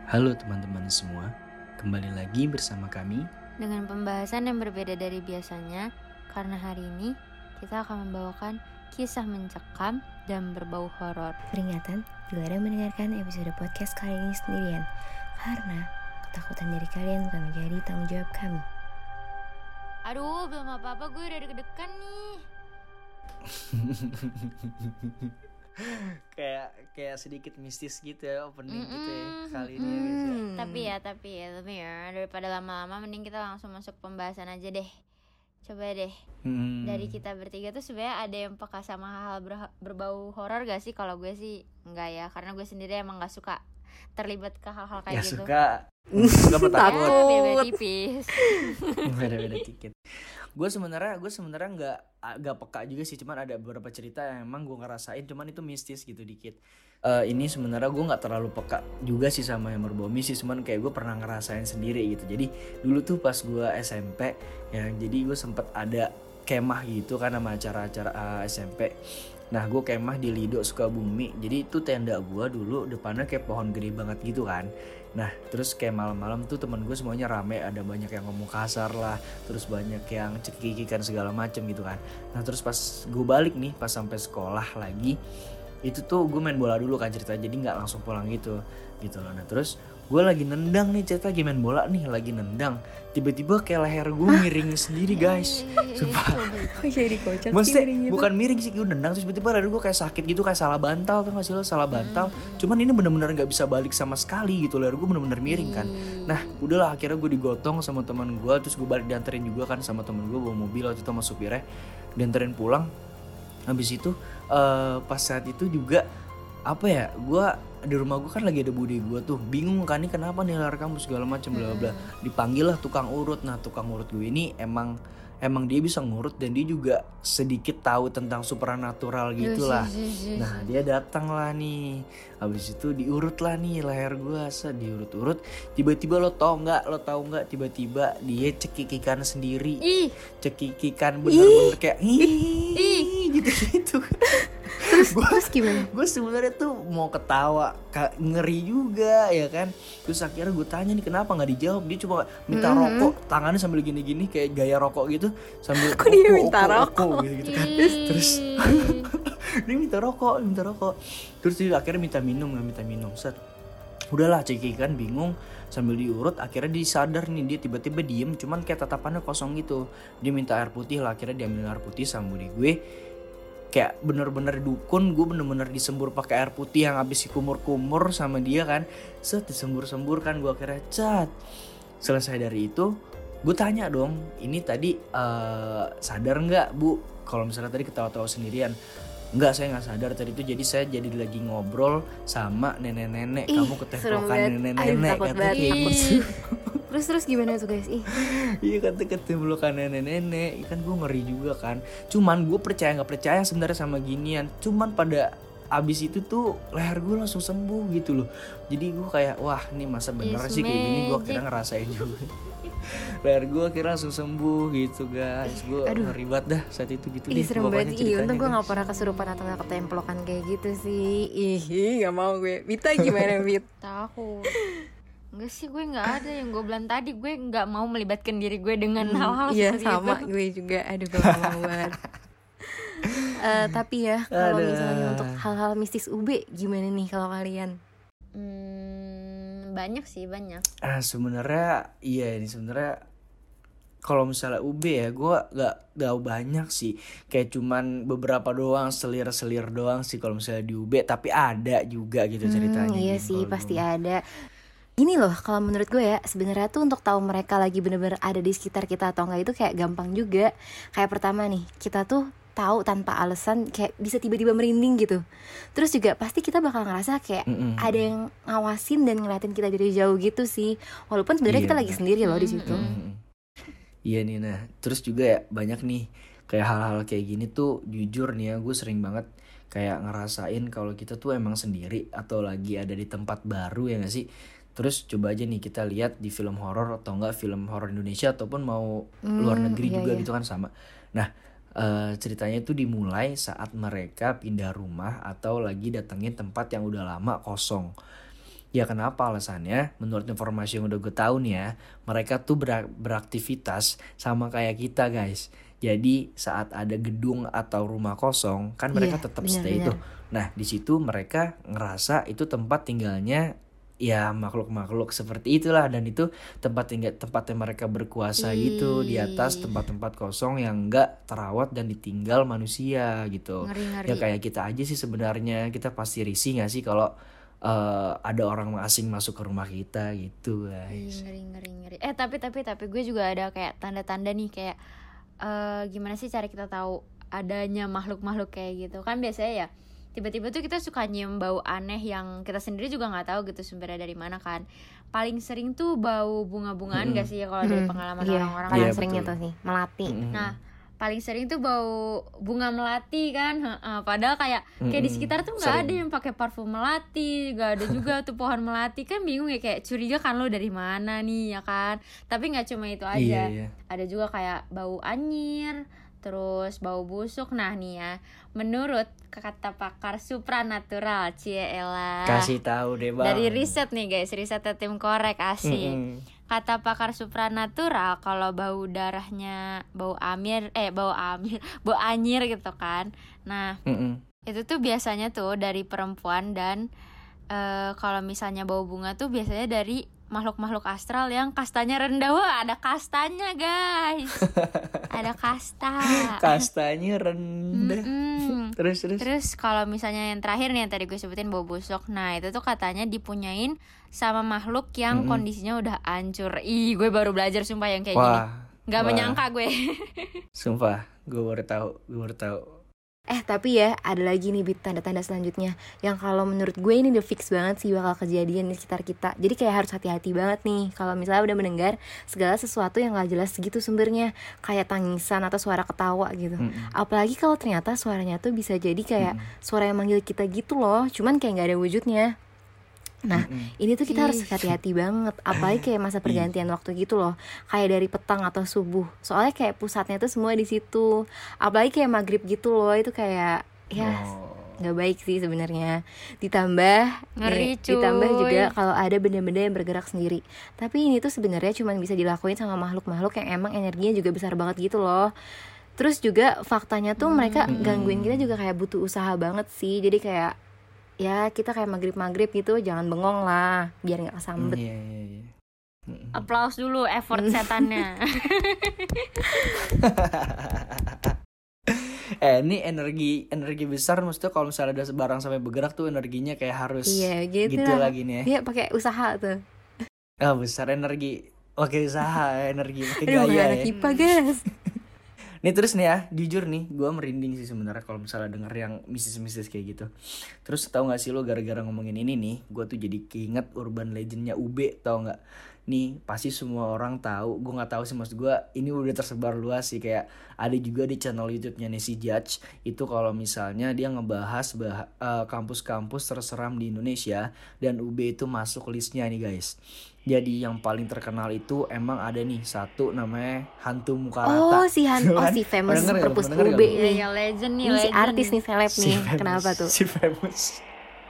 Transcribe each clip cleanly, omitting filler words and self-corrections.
Halo teman-teman semua, kembali lagi bersama kami dengan pembahasan yang berbeda dari biasanya, karena hari ini kita akan membawakan kisah mencekam dan berbau horor. Peringatan, dilarang mendengarkan episode podcast kali ini sendirian, karena ketakutan dari kalian bukan menjadi tanggung jawab kami. Aduh, belum apa-apa, gue udah deg-degan nih. kayak sedikit mistis gitu ya opening kita ya, kali ini ya guys ya. Tapi ya daripada lama-lama mending kita langsung masuk pembahasan aja deh. Coba deh. Dari kita bertiga tuh sebenarnya ada yang peka sama hal-hal berbau horor gak sih? Kalau gue sih enggak ya, karena gue sendiri emang gak suka terlibat ke hal-hal kayak gitu. Suka takut. Beda-beda tipis. Beda-beda dikit. Gue sebenarnya nggak peka juga sih, cuman ada beberapa cerita yang emang gue ngerasain, cuman itu mistis gitu dikit. Ini sebenarnya gue nggak terlalu peka juga sih sama yang berbau mistis, cuman kayak gue pernah ngerasain sendiri gitu. Jadi dulu tuh pas gue SMP ya, jadi gue sempet ada kemah gitu kan sama acara-acara SMP. Nah gue kemah di Lido Sukabumi. Jadi itu tenda gue dulu depannya kayak pohon gede banget gitu kan. Nah terus kayak malam-malam tuh teman gue semuanya rame, ada banyak yang ngomong kasar lah, terus banyak yang cekikikan segala macem gitu kan. Nah terus pas gue balik nih, pas sampai sekolah lagi, itu tuh gue main bola dulu kan ceritanya, jadi nggak langsung pulang gitu loh. Nah terus gue lagi nendang nih, cerita lagi main bola nih, lagi nendang, tiba-tiba kayak leher gue miring sendiri guys. Sumpah. Kok jadi kocak Maksudnya sih gitu? bukan miring sih, gue nendang terus tiba-tiba leher gue kayak sakit gitu, kayak salah bantal, tuh gak sih lo, salah bantal. Cuman ini bener-bener gak bisa balik sama sekali gitu, leher gue bener-bener miring kan. Nah udahlah akhirnya gue digotong sama teman gue, terus gue balik dianterin juga kan sama teman gue, bawa mobil waktu itu sama supirnya, dianterin pulang. Habis itu pas saat itu juga apa ya, gue di rumah gue kan lagi ada bude gue tuh, bingung kan nih kenapa nih leher kamu segala macam bla bla. Dipanggil lah tukang urut. Nah tukang urut gue ini emang dia bisa ngurut dan dia juga sedikit tahu tentang supernatural gitulah. Nah dia datang lah nih, habis itu diurut lah nih leher gue, diurut-urut. Tiba-tiba lo tau nggak tiba-tiba dia cekikikan sendiri. Cekikikan bener-bener kayak gitu. Terus gimana? Gue sebenarnya tuh mau ketawa, ngeri juga ya kan. Terus akhirnya gue tanya nih kenapa nggak dijawab. Dia cuma minta rokok, tangannya sambil gini-gini kayak gaya rokok gitu, sambil dia minta rokok gitu kan. Terus dia minta rokok. Terus dia akhirnya minta minum. Set. Udahlah cekikan bingung sambil diurut, akhirnya disadar nih, dia tiba-tiba diem, cuman kayak tatapannya kosong gitu. Dia minta air putih lah, akhirnya dia ambil air putih sama bude gue. Kayak bener-bener dukun, gue bener-bener disembur pakai air putih yang habis dikumur-kumur sama dia kan. Set disembur-sembur kan, gue akhirnya cat. Selesai dari itu gue tanya dong, ini tadi sadar nggak bu kalau misalnya tadi ketawa-tawa sendirian? Enggak, saya nggak sadar tadi itu, jadi saya jadi lagi ngobrol sama nenek-nenek. Kamu ketemplokan nenek-nenek katanya gitu. Terus gimana tuh guys? Iya kata ketemplokan nenek-nenek, kan gue ngeri juga kan. Cuman gue percaya nggak percaya sebenarnya sama ginian. Cuman pada abis itu tuh leher gue langsung sembuh gitu loh. Jadi gue kayak wah ini masa bener sih kayak gini, gue akhirnya ngerasain juga. Leher gue akhirnya langsung sembuh gitu guys. Gue ngeri banget dah saat itu gitu. Serem banget. Untung gue gak pernah kesurupan atau gak ketemplokan kayak gitu sih. Gak mau gue. Vita gimana Vita? Takut. Enggak sih, gue gak ada. Yang gue bilang tadi, gue gak mau melibatkan diri gue dengan hal-hal seperti itu. Iya sama gue juga. Aduh gue gak mau banget. Tapi ya kalau misalnya untuk hal-hal mistis UB gimana nih kalau kalian? Banyak. Sebenarnya iya, ini sebenarnya kalau misalnya UB ya gue gak banyak sih, kayak cuman beberapa doang, selir doang sih kalau misalnya di UB. Tapi ada juga gitu ceritanya. Iya sih pasti ada. Ini loh kalau menurut gue ya, sebenarnya tuh untuk tahu mereka lagi bener-bener ada di sekitar kita atau enggak itu kayak gampang juga. Kayak pertama nih, kita tuh tahu tanpa alasan kayak bisa tiba-tiba merinding gitu. Terus juga pasti kita bakal ngerasa kayak ada yang ngawasin dan ngeliatin kita dari jauh gitu sih. Walaupun sebenarnya kita lagi sendiri loh di situ. Iya nih, nah terus juga ya banyak nih kayak hal-hal kayak gini tuh, jujur nih ya gue sering banget kayak ngerasain kalau kita tuh emang sendiri atau lagi ada di tempat baru ya gak sih. Terus coba aja nih kita lihat di film horor atau enggak film horor Indonesia ataupun mau luar negeri juga gitu kan sama. Nah ceritanya itu dimulai saat mereka pindah rumah atau lagi datengin tempat yang udah lama kosong. Ya kenapa alasannya? Menurut informasi yang udah gue tahu nih ya, mereka tuh beraktivitas sama kayak kita guys. Jadi saat ada gedung atau rumah kosong, kan mereka tetap stay itu. Nah di situ mereka ngerasa itu tempat tinggalnya ya makhluk-makhluk seperti itulah, dan itu tempatnya mereka berkuasa gitu di atas tempat-tempat kosong yang enggak terawat dan ditinggal manusia gitu. Ngeri. Ya kayak kita aja sih sebenarnya, kita pasti risih nggak sih kalau ada orang asing masuk ke rumah kita gitu guys. Ngeri. Tapi gue juga ada kayak tanda-tanda nih kayak gimana sih cara kita tahu adanya makhluk-makhluk kayak gitu. Kan biasanya ya tiba-tiba tuh kita suka nyium bau aneh yang kita sendiri juga nggak tahu gitu sumbernya dari mana kan. Paling sering tuh bau bunga-bungaan gak sih ya kalau dari pengalaman orang-orang. Paling seringnya tuh nih melati. Nah paling sering tuh bau bunga melati kan. Padahal kayak di sekitar tuh nggak ada yang pakai parfum melati, nggak ada juga tuh pohon melati. Kan bingung ya, kayak curiga kan lo dari mana nih ya kan. Tapi nggak cuma itu aja, ada juga kayak bau anyir, terus bau busuk. Nah nih ya, menurut kata pakar supranatural, Ciela, kasih tahu deh bang. Dari riset nih guys, risetnya tim Korek asik. Kata pakar supranatural, kalau bau darahnya bau anyir gitu kan. Nah itu tuh biasanya tuh dari perempuan, dan kalau misalnya bau bunga tuh biasanya dari makhluk-makhluk astral yang kastanya rendah. Wah ada kastanya guys. Ada kasta. Kastanya rendah. Terus kalau misalnya yang terakhir nih yang tadi gue sebutin bau busuk. Nah itu tuh katanya dipunyain sama makhluk yang kondisinya udah hancur. Gue baru belajar sumpah yang kayak gini. Gak menyangka gue. Sumpah gue baru tahu. Tapi ya ada lagi nih tanda-tanda selanjutnya yang kalau menurut gue ini udah fix banget sih bakal kejadian di sekitar kita. Jadi kayak harus hati-hati banget nih kalau misalnya udah mendengar segala sesuatu yang gak jelas gitu sumbernya, kayak tangisan atau suara ketawa gitu. Apalagi kalau ternyata suaranya tuh bisa jadi kayak suara yang manggil kita gitu loh, cuman kayak gak ada wujudnya. Nah ini tuh kita harus hati-hati banget, apalagi kayak masa pergantian waktu gitu loh, kayak dari petang atau subuh, soalnya kayak pusatnya tuh semua di situ. Apalagi kayak maghrib gitu loh, itu kayak nggak baik sih sebenarnya. Ditambah juga kalau ada benda-benda yang bergerak sendiri, tapi ini tuh sebenarnya cuma bisa dilakuin sama makhluk-makhluk yang emang energinya juga besar banget gitu loh. Terus juga faktanya tuh mereka gangguin kita juga kayak butuh usaha banget sih. Jadi kayak ya kita kayak maghrib gitu, jangan bengong lah biar nggak kesambet. Applause dulu effort setannya. Ini energi besar, maksudnya kalau misalnya ada barang sampai bergerak tuh energinya kayak harus gitu lagi nih ya. Iya pakai usaha tuh. Besar energi, pakai usaha energi, pakai gaya ya. IPA guys. Nih terus nih ya, jujur nih, gue merinding sih sebenarnya kalau misalnya denger yang mistis-mistis kayak gitu. Terus tahu nggak sih lo, gara-gara ngomongin ini nih, gue tuh jadi keinget urban legendnya UB, tahu nggak? Nih pasti semua orang tahu, gue nggak tahu sih, maksud gue ini udah tersebar luas sih, kayak ada juga di channel YouTube-nya Nancy Judge itu kalau misalnya dia ngebahas kampus-kampus terseram di Indonesia, dan UB itu masuk listnya nih guys. Jadi yang paling terkenal itu emang ada nih satu namanya Hantu Muka Rata. Si famous perpus UB nih. Ya legend nih, ini si artis nih, seleb nih. Kenapa tuh? Si famous.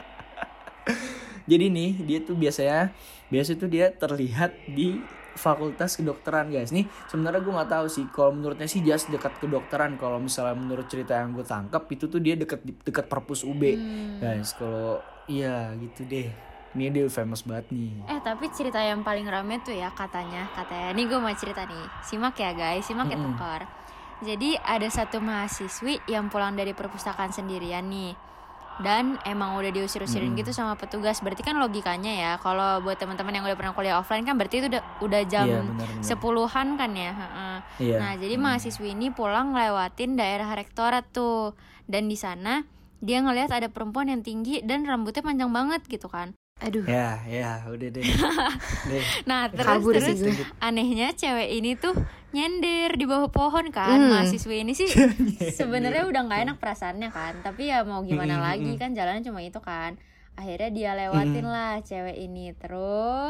Jadi nih dia tuh biasa tuh dia terlihat di fakultas kedokteran guys. Nih sebenarnya gue nggak tahu sih kalau menurutnya sih just dekat kedokteran. Kalau misalnya menurut cerita yang gue tangkap itu tuh dia dekat perpus UB guys. Kalau iya gitu deh. Ini dia famous banget nih. Tapi cerita yang paling rame tuh ya katanya nih, gue mau cerita nih, simak ya guys, simak ya tekor. Jadi ada satu mahasiswi yang pulang dari perpustakaan sendirian nih, dan emang udah diusir-usirin gitu sama petugas. Berarti kan logikanya ya, kalau buat teman-teman yang udah pernah kuliah offline kan berarti itu udah jam 10-an kan ya. Nah jadi mahasiswi ini pulang ngelewatin daerah rektorat tuh, dan di sana dia ngelihat ada perempuan yang tinggi dan rambutnya panjang banget gitu kan. Aduh. Ya, udah deh. Nah, terus anehnya cewek ini tuh nyender di bawah pohon kan. Mahasiswi ini sih sebenarnya udah nggak enak perasaannya kan. Tapi ya mau gimana lagi kan, jalannya cuma itu kan. Akhirnya dia lewatin lah cewek ini. Terus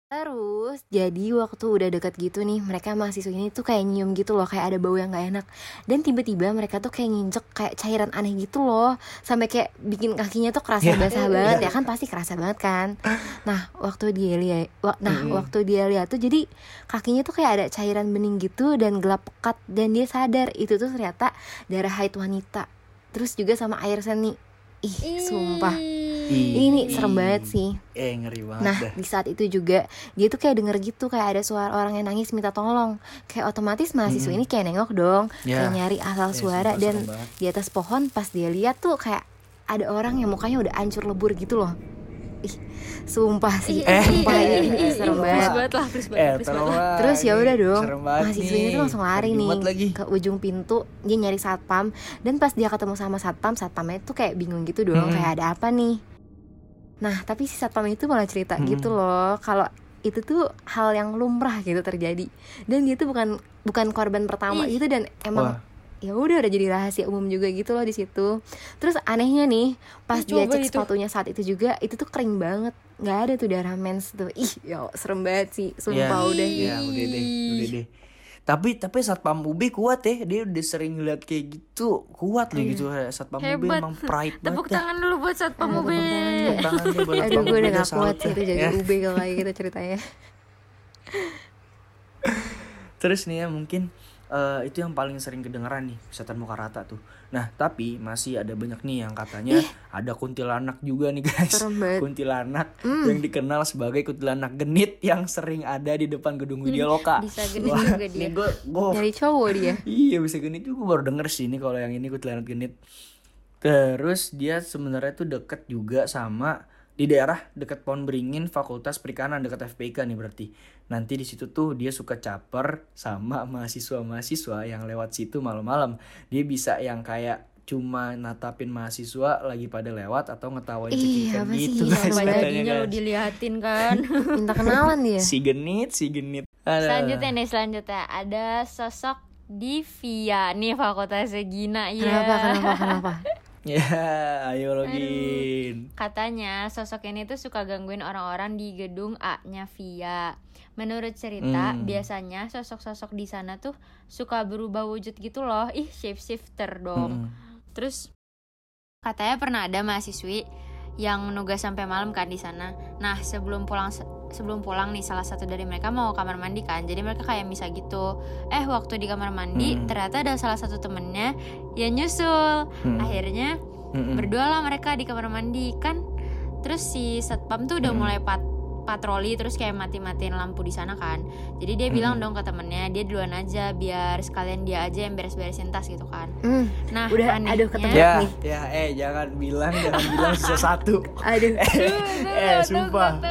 Terus jadi waktu udah deket gitu nih, mereka mahasiswa ini tuh kayak nyium gitu loh, kayak ada bau yang gak enak. Dan tiba-tiba mereka tuh kayak nginjek kayak cairan aneh gitu loh, sampai kayak bikin kakinya tuh kerasa basah banget ya kan, pasti kerasa banget kan. Nah waktu dia lihat tuh jadi kakinya tuh kayak ada cairan bening gitu dan gelap pekat. Dan dia sadar itu tuh ternyata darah haid wanita. Terus juga sama air seni. Ih sumpah, ini serem banget sih. Ngeri banget. Nah di saat itu juga dia tuh kayak denger gitu, kayak ada suara orang yang nangis minta tolong. Kayak otomatis mahasiswa ini kayak nengok dong, kayak nyari asal suara. Dan di atas pohon pas dia lihat tuh kayak ada orang yang mukanya udah hancur lebur gitu loh. Ih sumpah sih, sumpah ini serem banget. Terus ya udah dong, mahasiswanya tuh langsung lari nih ke ujung pintu. Dia nyari satpam, dan pas dia ketemu sama satpamnya tuh kayak bingung gitu dong, kayak ada apa nih. Nah tapi si satpam itu malah cerita gitu loh, kalau itu tuh hal yang lumrah gitu terjadi, dan dia tuh bukan korban pertama gitu. Dan emang ya udah jadi rahasia umum juga gitu loh di situ. Terus anehnya nih, pas dia cek sepatunya saat itu juga, itu tuh kering banget, nggak ada tuh darah mens tuh. Ih ya serem banget sih, sumpah. Udah deh. Tapi satpam UB kuat ya, dia udah sering lihat kayak gitu, kuat loh gitu. Satpam UB emang pride banget. Tepuk tangan dulu buat satpam UB. Aduh gue udah gak kuat sih itu jadi UB kalau kayak gitu ceritanya. Terus nih ya mungkin itu yang paling sering kedengeran nih, setan muka rata tuh. Nah tapi masih ada banyak nih yang katanya ada kuntilanak juga nih guys. Kuntilanak yang dikenal sebagai kuntilanak genit yang sering ada di depan gedung Widya Loka. Bisa genit juga dia. Dari cowok dia. Iya bisa genit juga, baru denger sih ini kalau yang ini kuntilanak genit. Terus dia sebenarnya tuh deket juga sama di daerah dekat Pohon Beringin, Fakultas Perikanan dekat FPIK nih berarti. Nanti di situ tuh dia suka caper sama mahasiswa yang lewat situ malam-malam. Dia bisa yang kayak cuma natapin mahasiswa lagi pada lewat atau ngetawain cekikan gitu. Badannya lo diliatin kan. Minta kenalan dia. Si genit. Selanjutnya ada sosok Divia nih, Fakultas Gina ya. Kenapa? Ya, ayo login. Katanya sosok ini tuh suka gangguin orang-orang di gedung A-nya Via. Menurut cerita, biasanya sosok-sosok di sana tuh suka berubah wujud gitu loh. Ih, shapeshifter dong. Terus katanya pernah ada mahasiswi yang nugas sampai malam kan di sana. Nah, sebelum pulang nih salah satu dari mereka mau kamar mandi kan. Jadi mereka kayak misah gitu. Waktu di kamar mandi ternyata ada salah satu temennya yang nyusul. Akhirnya berdua lah mereka di kamar mandi kan. Terus si satpam tuh udah mulai patroli, terus kayak mati-matiin lampu di sana kan. Jadi dia bilang dong ke temennya, dia duluan aja biar sekalian dia aja yang beres-beresin tas gitu kan. Nah udah anehnya, ketemu nih. Jangan bilang sisa satu. Sumpah.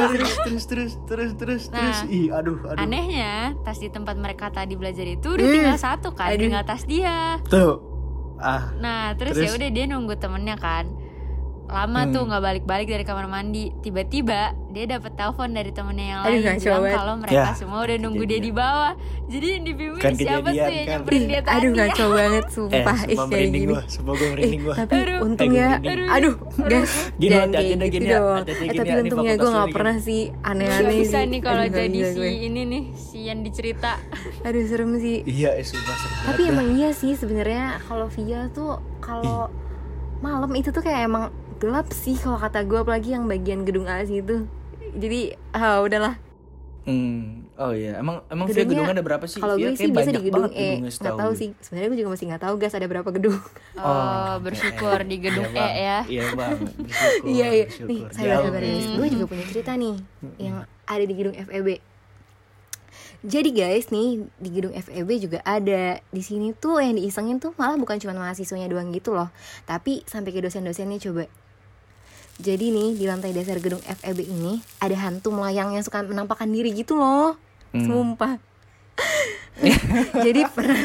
Terus. Ih, aduh. Anehnya tas di tempat mereka tadi belajar itu udah tinggal satu kan, tinggal tas dia. Tuh. Nah terus ya udah dia nunggu temennya kan. Lama tuh nggak balik-balik dari kamar mandi. Tiba-tiba dia dapet telepon dari temennya yang lain bilang kalau mereka semua udah nunggu dia di bawah. Jadi yang dibingungin kan siapa tuh yang nyamperin dia tadi. Aduh ngaco banget sumpah. Kayak gini. Merinding gua. Tapi untungnya guys jangan kayak gitu dong. Tapi untungnya gue gak pernah sih aneh-aneh. Gak bisa nih kalau jadi si ini nih, si yang dicerita. Aduh serem sih. Iya sumpah serem. Tapi emang iya sih sebenarnya kalau Via tuh kalau malam itu tuh kayak emang gelap sih kalau kata gue, apalagi yang bagian gedung A situ. Jadi udahlah. Oh iya, emang gedungnya ada berapa sih? Kalau gue sih biasa di gedung E. Nggak tahu sih. Sebenarnya gue juga masih nggak tahu guys ada berapa gedung. Bersyukur di gedung E ya. Iya bang, bersyukur. Iya. Nih sabar guys. Gue juga punya cerita nih yang ada di gedung FEB. Jadi guys nih di gedung FEB juga ada. Di sini tuh yang diisengin tuh malah bukan cuma mahasiswanya doang gitu loh, tapi sampai ke dosen-dosennya coba. Jadi nih di lantai dasar gedung FEB ini ada hantu melayang yang suka menampakkan diri gitu loh. Sumpah. Jadi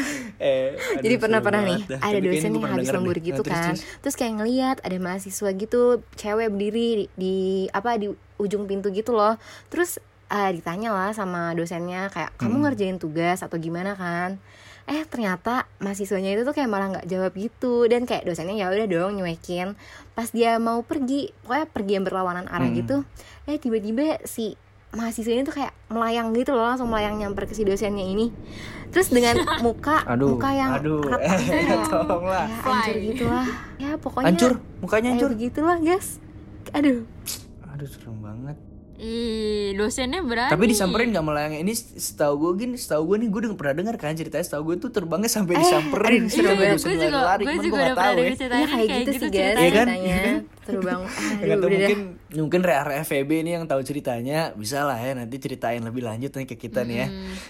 pernah nih ada dosen yang habis lembur gitu kan. Terus kayak ngeliat ada mahasiswa gitu cewek berdiri di ujung pintu gitu loh. Terus ditanya lah sama dosennya kayak kamu ngerjain tugas atau gimana kan. Ternyata mahasiswanya itu tuh kayak malah nggak jawab gitu, dan kayak dosennya ya udah dong nyuekin. Pas dia mau pergi, pokoknya pergi yang berlawanan arah gitu, tiba-tiba si mahasiswa ini tuh kayak melayang gitu loh, langsung melayang nyamper ke si dosennya ini. Terus dengan muka yang rata kayak tolonglah. Ya hancur gitu lah. Ya pokoknya hancur, mukanya hancur. Begitulah guys. Aduh serem banget. Ih, dosennya berani. Tapi disamperin nggak melayang? Ini setahu gue nih, gue udah pernah dengar kan ceritanya. Setahu gue tuh terbangnya sampai disamperin. Gue juga udah pernah dengar ceritanya kayak gitu sih guys. Iya kan? Terbang. Mungkin area FEB ini yang tahu ceritanya bisa lah ya nanti ceritain lebih lanjut nih ke kita nih ya.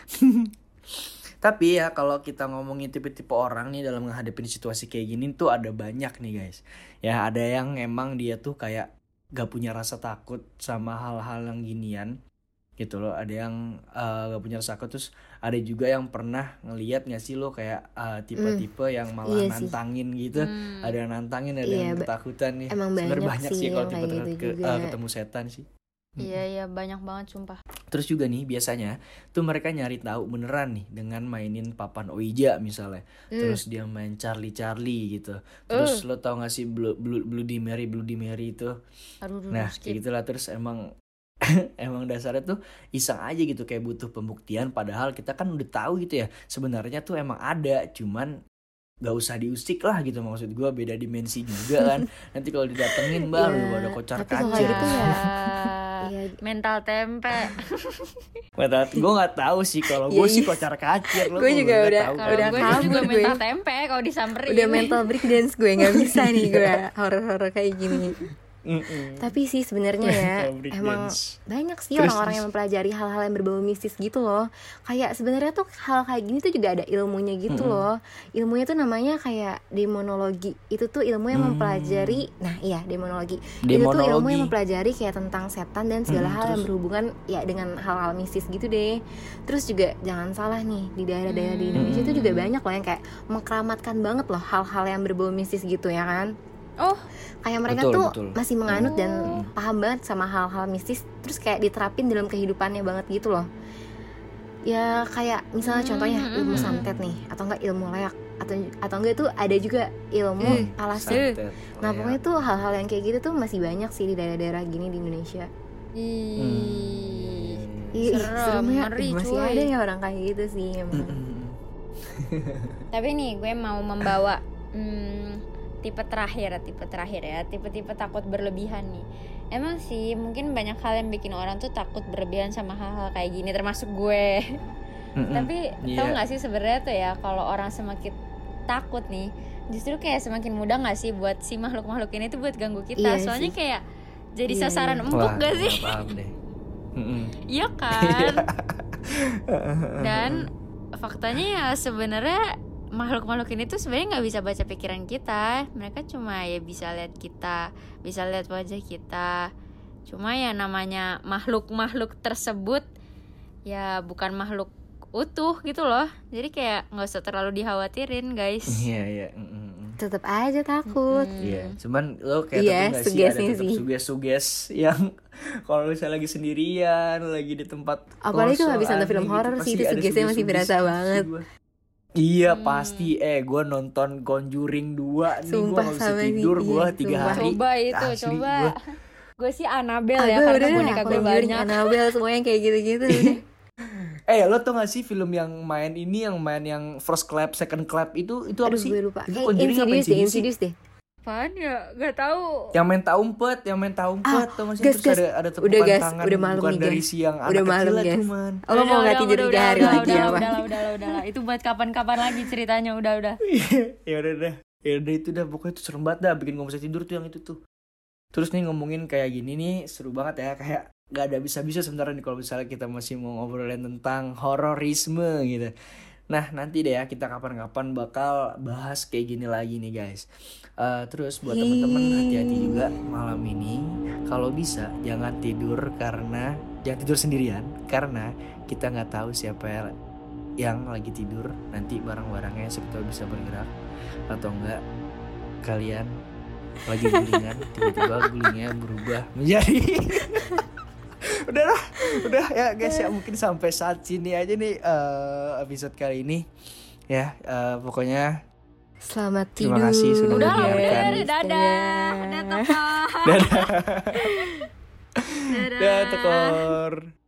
Tapi ya kalau kita ngomongin tipe-tipe orang nih dalam menghadapi situasi kayak gini tuh ada banyak nih guys. Ya ada yang emang dia tuh kayak gak punya rasa takut sama hal-hal yang ginian gitu loh. Ada yang gak punya rasa takut. Terus ada juga yang pernah ngelihat gak sih lo kayak tipe-tipe yang malah nantangin gitu. Ada yang nantangin, ada yang ketakutan nih. Sebenarnya banyak sih kalau tipe ketemu setan sih. Iya banyak banget sumpah. Terus juga nih biasanya tuh mereka nyari tahu beneran nih dengan mainin papan Ouija misalnya. Terus dia main Charlie gitu. Terus lo tau gak sih Bloody Mary itu. Nah kayak gitulah. Terus emang dasarnya tuh iseng aja gitu, kayak butuh pembuktian. Padahal kita kan udah tahu gitu ya sebenarnya tuh emang ada, cuman gak usah diusik lah gitu. Maksud gue beda dimensi juga kan. Nanti kalau didatengin bang lu ada kocar kacir gitu ya. Mental tempe. Gue nggak tahu sih kalau gue sih kocar kacir. Gue juga udah gue juga mental tempe kalau disamperin. Udah mental breakdance gue, nggak bisa nih gue horor kayak gini. Tapi sih sebenarnya ya emang banyak sih orang-orang yang mempelajari hal-hal yang berbau mistis gitu loh. Kayak sebenarnya tuh hal kayak gini tuh juga ada ilmunya gitu loh. Ilmunya tuh namanya kayak demonologi. Itu tuh ilmu yang mempelajari. Nah iya demonologi. Itu tuh ilmu yang mempelajari kayak tentang setan dan segala hal yang berhubungan ya dengan hal-hal mistis gitu deh. Terus juga jangan salah nih, di daerah-daerah di Indonesia tuh juga banyak loh yang kayak mengkeramatkan banget loh hal-hal yang berbau mistis gitu ya kan. Kayak mereka betul. Masih menganut dan paham banget sama hal-hal mistis. Terus kayak diterapin dalam kehidupannya banget gitu loh. Ya kayak misalnya contohnya ilmu santet nih, atau enggak ilmu leak, atau enggak tuh ada juga ilmu palasi. Nah pokoknya tuh hal-hal yang kayak gitu tuh masih banyak sih di daerah-daerah gini di Indonesia. Serem ya, masih ada ya orang kayak gitu sih emang. Tapi nih gue mau membawa tipe terakhir ya, tipe takut berlebihan nih. Emang sih mungkin banyak hal yang bikin orang tuh takut berlebihan sama hal-hal kayak gini, termasuk gue. Tapi tau nggak sih sebenarnya tuh ya kalau orang semakin takut nih, justru kayak semakin mudah nggak sih buat si makhluk-makhluk ini tuh buat ganggu kita. Soalnya sih. Kayak jadi sasaran empuk gak sih? Iya kan. Dan faktanya ya sebenarnya makhluk-makhluk ini tuh sebenarnya nggak bisa baca pikiran kita. Mereka cuma ya bisa lihat kita, bisa lihat wajah kita. Cuma ya namanya makhluk-makhluk tersebut ya bukan makhluk utuh gitu loh. Jadi kayak nggak usah terlalu dikhawatirin guys. Iya. Tetap aja takut. Iya. Cuman lo kayak tetap nggak sih ada tetap suges yang kalau misalnya lagi sendirian, lagi di tempat apalagi tuh habis nonton film horor sih, itu sugesnya masih berasa banget. Iya pasti. Gue nonton Conjuring 2 nih, gue gak bisa tidur. Gue 3 hari. Coba gue sih Annabelle ya, karena boneka gue banyak. Annabelle semuanya kayak gitu-gitu. Lo tau gak sih film yang main yang first clap, second clap itu apa sih? Gue lupa. Insidious deh. Apaan ya? Gak tahu. Yang main umpet tuh masih terus ada tepukan tangan. Udah malam bukan nih, dari siang udah anak malam, kecil guys. cuman. Lo mau nggak tidur 3 hari lagi ya? Udah. Itu buat kapan-kapan lagi ceritanya. Udah. Ya udah itu dah, pokoknya itu serem banget dah, bikin gak bisa tidur tuh yang itu tuh. Terus nih ngomongin kayak gini nih seru banget ya, kayak gak ada bisa-bisa sebenarnya nih kalau misalnya kita masih mau ngobrolin tentang hororisme gitu. Nah nanti deh ya kita kapan-kapan bakal bahas kayak gini lagi nih guys. Terus buat teman-teman hati-hati juga malam ini. Kalau bisa jangan tidur sendirian, karena kita nggak tahu siapa yang lagi tidur nanti barang-barangnya sebetulnya bisa bergerak atau enggak. Kalian lagi gulingan tiba-tiba gulingnya berubah menjadi udah ya guys ya, mungkin sampai saat sini aja nih episode kali ini ya. Pokoknya selamat tidur. Terima kasih sudah mendengarkan. Dadah. Dadah. Dadah. Dadah.